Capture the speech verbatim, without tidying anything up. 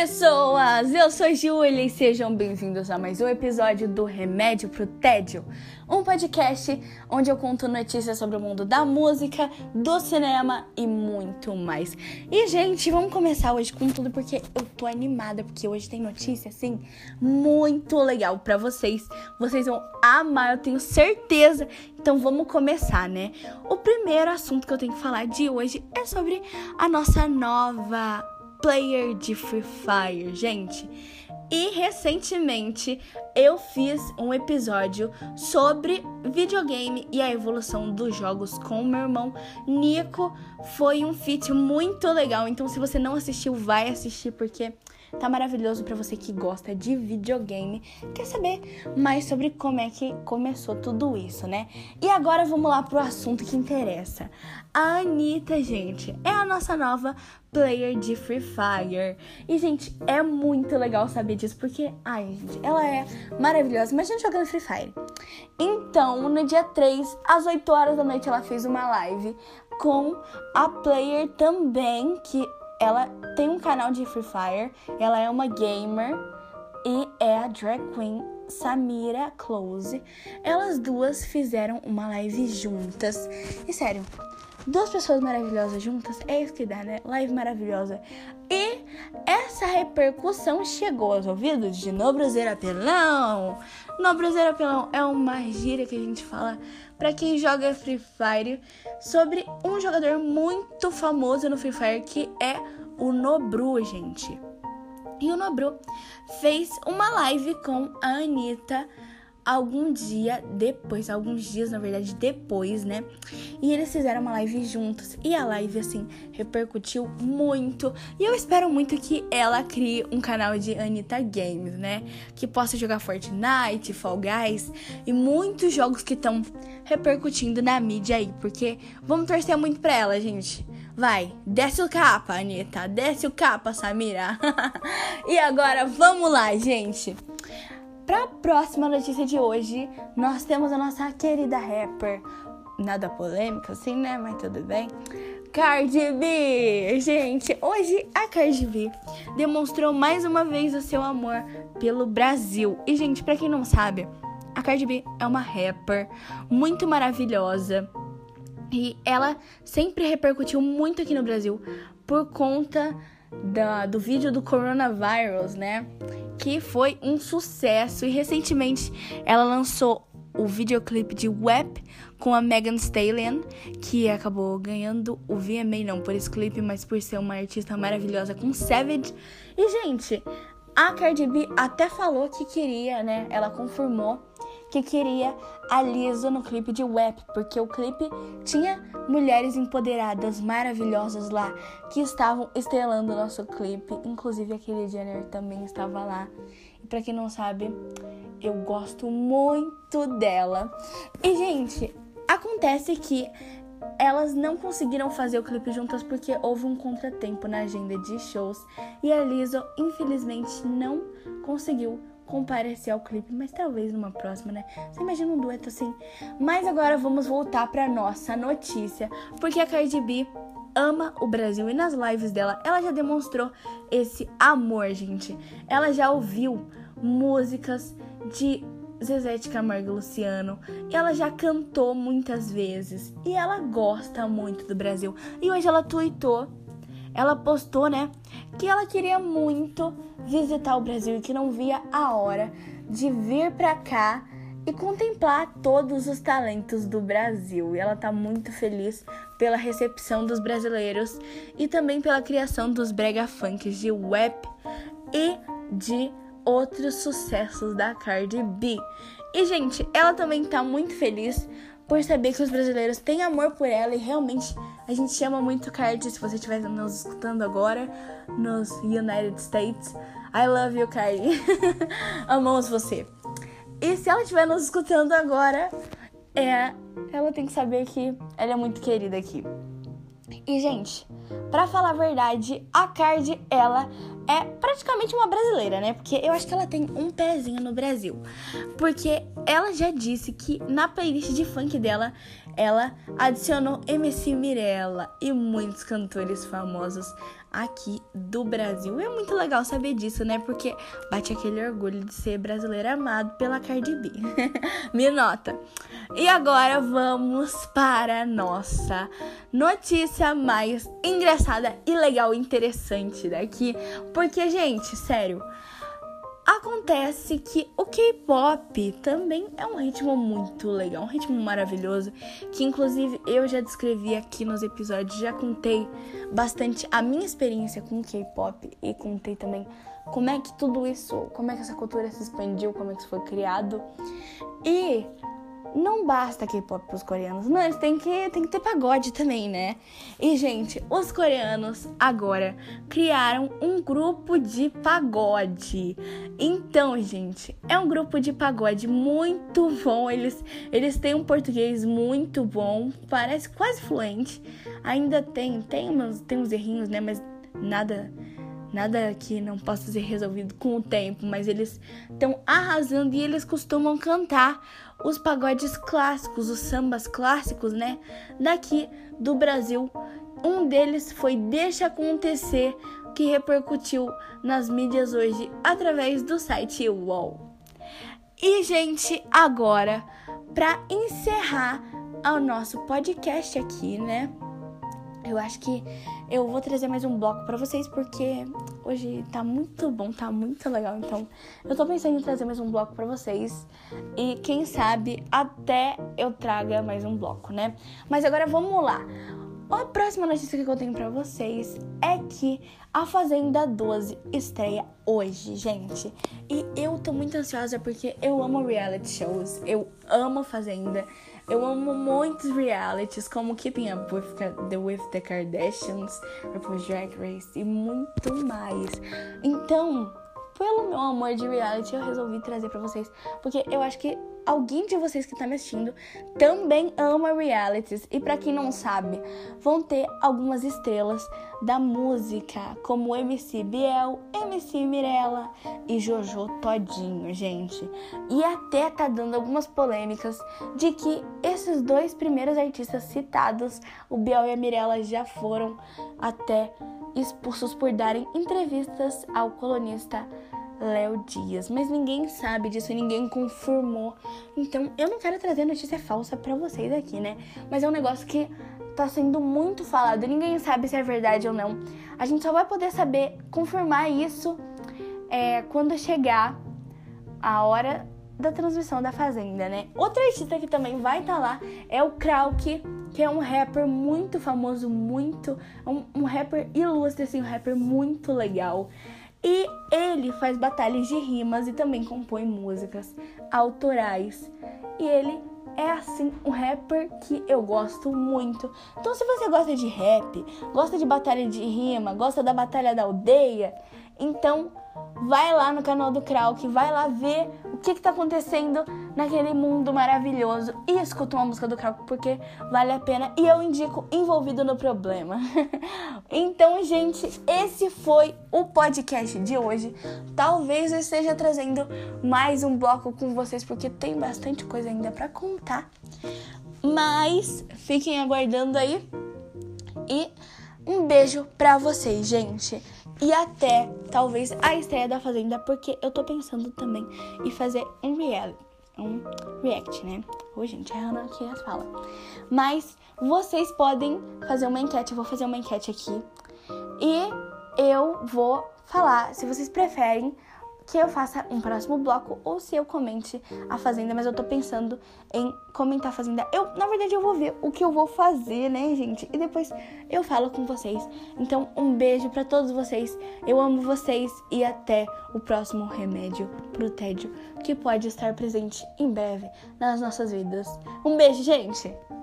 pessoas! Eu sou Júlia e sejam bem-vindos a mais um episódio do Remédio pro Tédio, um podcast onde eu conto notícias sobre o mundo da música, do cinema e muito mais. E, gente, vamos começar hoje com tudo porque eu tô animada, porque hoje tem notícia, assim, muito legal pra vocês. Vocês vão amar, eu tenho certeza. Então, vamos começar, né? O primeiro assunto que eu tenho que falar de hoje é sobre a nossa nova player de Free Fire, gente. E recentemente eu fiz um episódio sobre videogame e a evolução dos jogos com o meu irmão Nico. Foi um feat muito legal, então se você não assistiu, vai assistir porque tá maravilhoso pra você que gosta de videogame, quer saber mais sobre como é que começou tudo isso, né? E agora vamos lá pro assunto que interessa. A Anitta, gente, é a nossa nova player de Free Fire. E, gente, é muito legal saber disso, porque, ai, gente, ela é maravilhosa. Imagina jogando Free Fire. Então, no dia três, às oito horas da noite, ela fez uma live com a player também, que ela tem um canal de Free Fire, ela é uma gamer e é a drag queen Samira Close. Elas duas fizeram uma live juntas. E sério, duas pessoas maravilhosas juntas, é isso que dá, né? Live maravilhosa. E essa repercussão chegou aos ouvidos de Nobruzeiro Apelão. Nobruzeiro Apelão é uma gíria que a gente fala pra quem joga Free Fire sobre um jogador muito famoso no Free Fire, que é o Nobru, gente. E o Nobru fez uma live com a Anitta algum dia depois, alguns dias, na verdade, depois, né? E eles fizeram uma live juntos. E a live, assim, repercutiu muito. E eu espero muito que ela crie um canal de Anitta Games, né? Que possa jogar Fortnite, Fall Guys e muitos jogos que estão repercutindo na mídia aí. Porque vamos torcer muito pra ela, gente. Vai, desce o capa, Anitta. Desce o capa, Samira. E agora, vamos lá, gente. Para a próxima notícia de hoje, nós temos a nossa querida rapper, nada polêmica assim, né, mas tudo bem, Cardi B. Gente, hoje a Cardi B demonstrou mais uma vez o seu amor pelo Brasil. E, gente, para quem não sabe, a Cardi B é uma rapper muito maravilhosa e ela sempre repercutiu muito aqui no Brasil por conta da, do vídeo do coronavírus, né? Que foi um sucesso. E recentemente ela lançou o videoclipe de W A P com a Megan Thee Stallion, que acabou ganhando o V M A, não por esse clipe, mas por ser uma artista maravilhosa com Savage. E, gente, a Cardi B até falou que queria, né? Ela confirmou que queria a Lizzo no clipe de W A P, porque o clipe tinha mulheres empoderadas maravilhosas lá que estavam estrelando o nosso clipe. Inclusive a Kylie Jenner também estava lá. E pra quem não sabe, eu gosto muito dela. E, gente, acontece que elas não conseguiram fazer o clipe juntas porque houve um contratempo na agenda de shows e a Lizzo, infelizmente, não conseguiu comparecer ao clipe, mas talvez numa próxima, né? Você imagina um dueto assim? Mas agora vamos voltar pra nossa notícia, porque a Cardi B ama o Brasil e nas lives dela ela já demonstrou esse amor, gente. Ela já ouviu músicas de Zezé de Camargo e Luciano, e ela já cantou muitas vezes e ela gosta muito do Brasil. E hoje ela tweetou, ela postou, né, que ela queria muito visitar o Brasil e que não via a hora de vir pra cá e contemplar todos os talentos do Brasil. E ela tá muito feliz pela recepção dos brasileiros e também pela criação dos brega funks de W A P e de outros sucessos da Cardi B. E, gente, ela também tá muito feliz por saber que os brasileiros têm amor por ela e realmente a gente ama muito Cardi. Se você estiver nos escutando agora nos United States, I love you, Cardi. Amamos você. E se ela estiver nos escutando agora, é, ela tem que saber que ela é muito querida aqui. E, gente, pra falar a verdade, a Cardi, ela é praticamente uma brasileira, né? Porque eu acho que ela tem um pezinho no Brasil. Porque ela já disse que na playlist de funk dela, ela adicionou M C Mirella e muitos cantores famosos aqui do Brasil. É muito legal saber disso, né? Porque bate aquele orgulho de ser brasileiro amado pela Cardi B. Me nota. E agora vamos para a nossa notícia mais engraçada e legal e interessante daqui. Porque, gente, sério, acontece que o K-pop também é um ritmo muito legal, um ritmo maravilhoso, que inclusive eu já descrevi aqui nos episódios, já contei bastante a minha experiência com o K-pop e contei também como é que tudo isso, como é que essa cultura se expandiu, como é que isso foi criado. E não basta K-pop pros coreanos, não, eles têm que, têm que ter pagode também, né? E, gente, os coreanos agora criaram um grupo de pagode. Então, gente, é um grupo de pagode muito bom. Eles, eles têm um português muito bom, parece quase fluente. Ainda tem, tem, uns, tem uns errinhos, né? Mas nada... Nada que não possa ser resolvido com o tempo, mas eles estão arrasando e eles costumam cantar os pagodes clássicos, os sambas clássicos, né? Daqui do Brasil. Um deles foi Deixa Acontecer, que repercutiu nas mídias hoje através do site U O L. E, gente, agora, para encerrar o nosso podcast aqui, né? Eu acho que eu vou trazer mais um bloco pra vocês, porque hoje tá muito bom, tá muito legal. Então, eu tô pensando em trazer mais um bloco pra vocês. E quem sabe até eu traga mais um bloco, né? Mas agora vamos lá. A próxima notícia que eu tenho pra vocês é que a Fazenda doze estreia hoje, gente. E eu tô muito ansiosa porque eu amo reality shows, eu amo Fazenda. Eu amo muitos realities, como Keeping Up with the, with the Kardashians, RuPaul's Drag Race e muito mais. Então, pelo meu amor de reality, eu resolvi trazer pra vocês, porque eu acho que alguém de vocês que tá me assistindo também ama realities. E pra quem não sabe, vão ter algumas estrelas da música, como M C Biel, M C Mirella e Jojo Todinho, gente. E até tá dando algumas polêmicas de que esses dois primeiros artistas citados, o Biel e a Mirella, já foram até expulsos por darem entrevistas ao colunista Léo Dias, mas ninguém sabe disso, ninguém confirmou. Então eu não quero trazer notícia falsa pra vocês aqui, né? Mas é um negócio que tá sendo muito falado, ninguém sabe se é verdade ou não. A gente só vai poder saber confirmar isso é, quando chegar a hora da transmissão da Fazenda, né? Outro artista que também vai estar tá lá é o Krauk, que é um rapper muito famoso, muito um, um rapper ilustre, assim, um rapper muito legal. E ele faz batalhas de rimas e também compõe músicas autorais. E ele é, assim, um rapper que eu gosto muito. Então, se você gosta de rap, gosta de batalha de rima, gosta da Batalha da Aldeia, então vai lá no canal do Krauk, vai lá ver o que que tá acontecendo naquele mundo maravilhoso e escuta uma música do Krauk, porque vale a pena e eu indico Envolvido no Problema. Então, gente, esse foi o podcast de hoje. Talvez eu esteja trazendo mais um bloco com vocês, porque tem bastante coisa ainda pra contar. Mas fiquem aguardando aí e um beijo pra vocês, gente. E até, talvez, a estreia da Fazenda, porque eu tô pensando também em fazer um reality, um react, né? Ô, gente, errando aqui as falas. Mas vocês podem fazer uma enquete, eu vou fazer uma enquete aqui. E eu vou falar se vocês preferem que eu faça um próximo bloco ou se eu comente a Fazenda, mas eu tô pensando em comentar a Fazenda. Eu, na verdade, eu vou ver o que eu vou fazer, né, gente? E depois eu falo com vocês. Então, um beijo pra todos vocês. Eu amo vocês e até o próximo remédio pro tédio, que pode estar presente em breve nas nossas vidas. Um beijo, gente!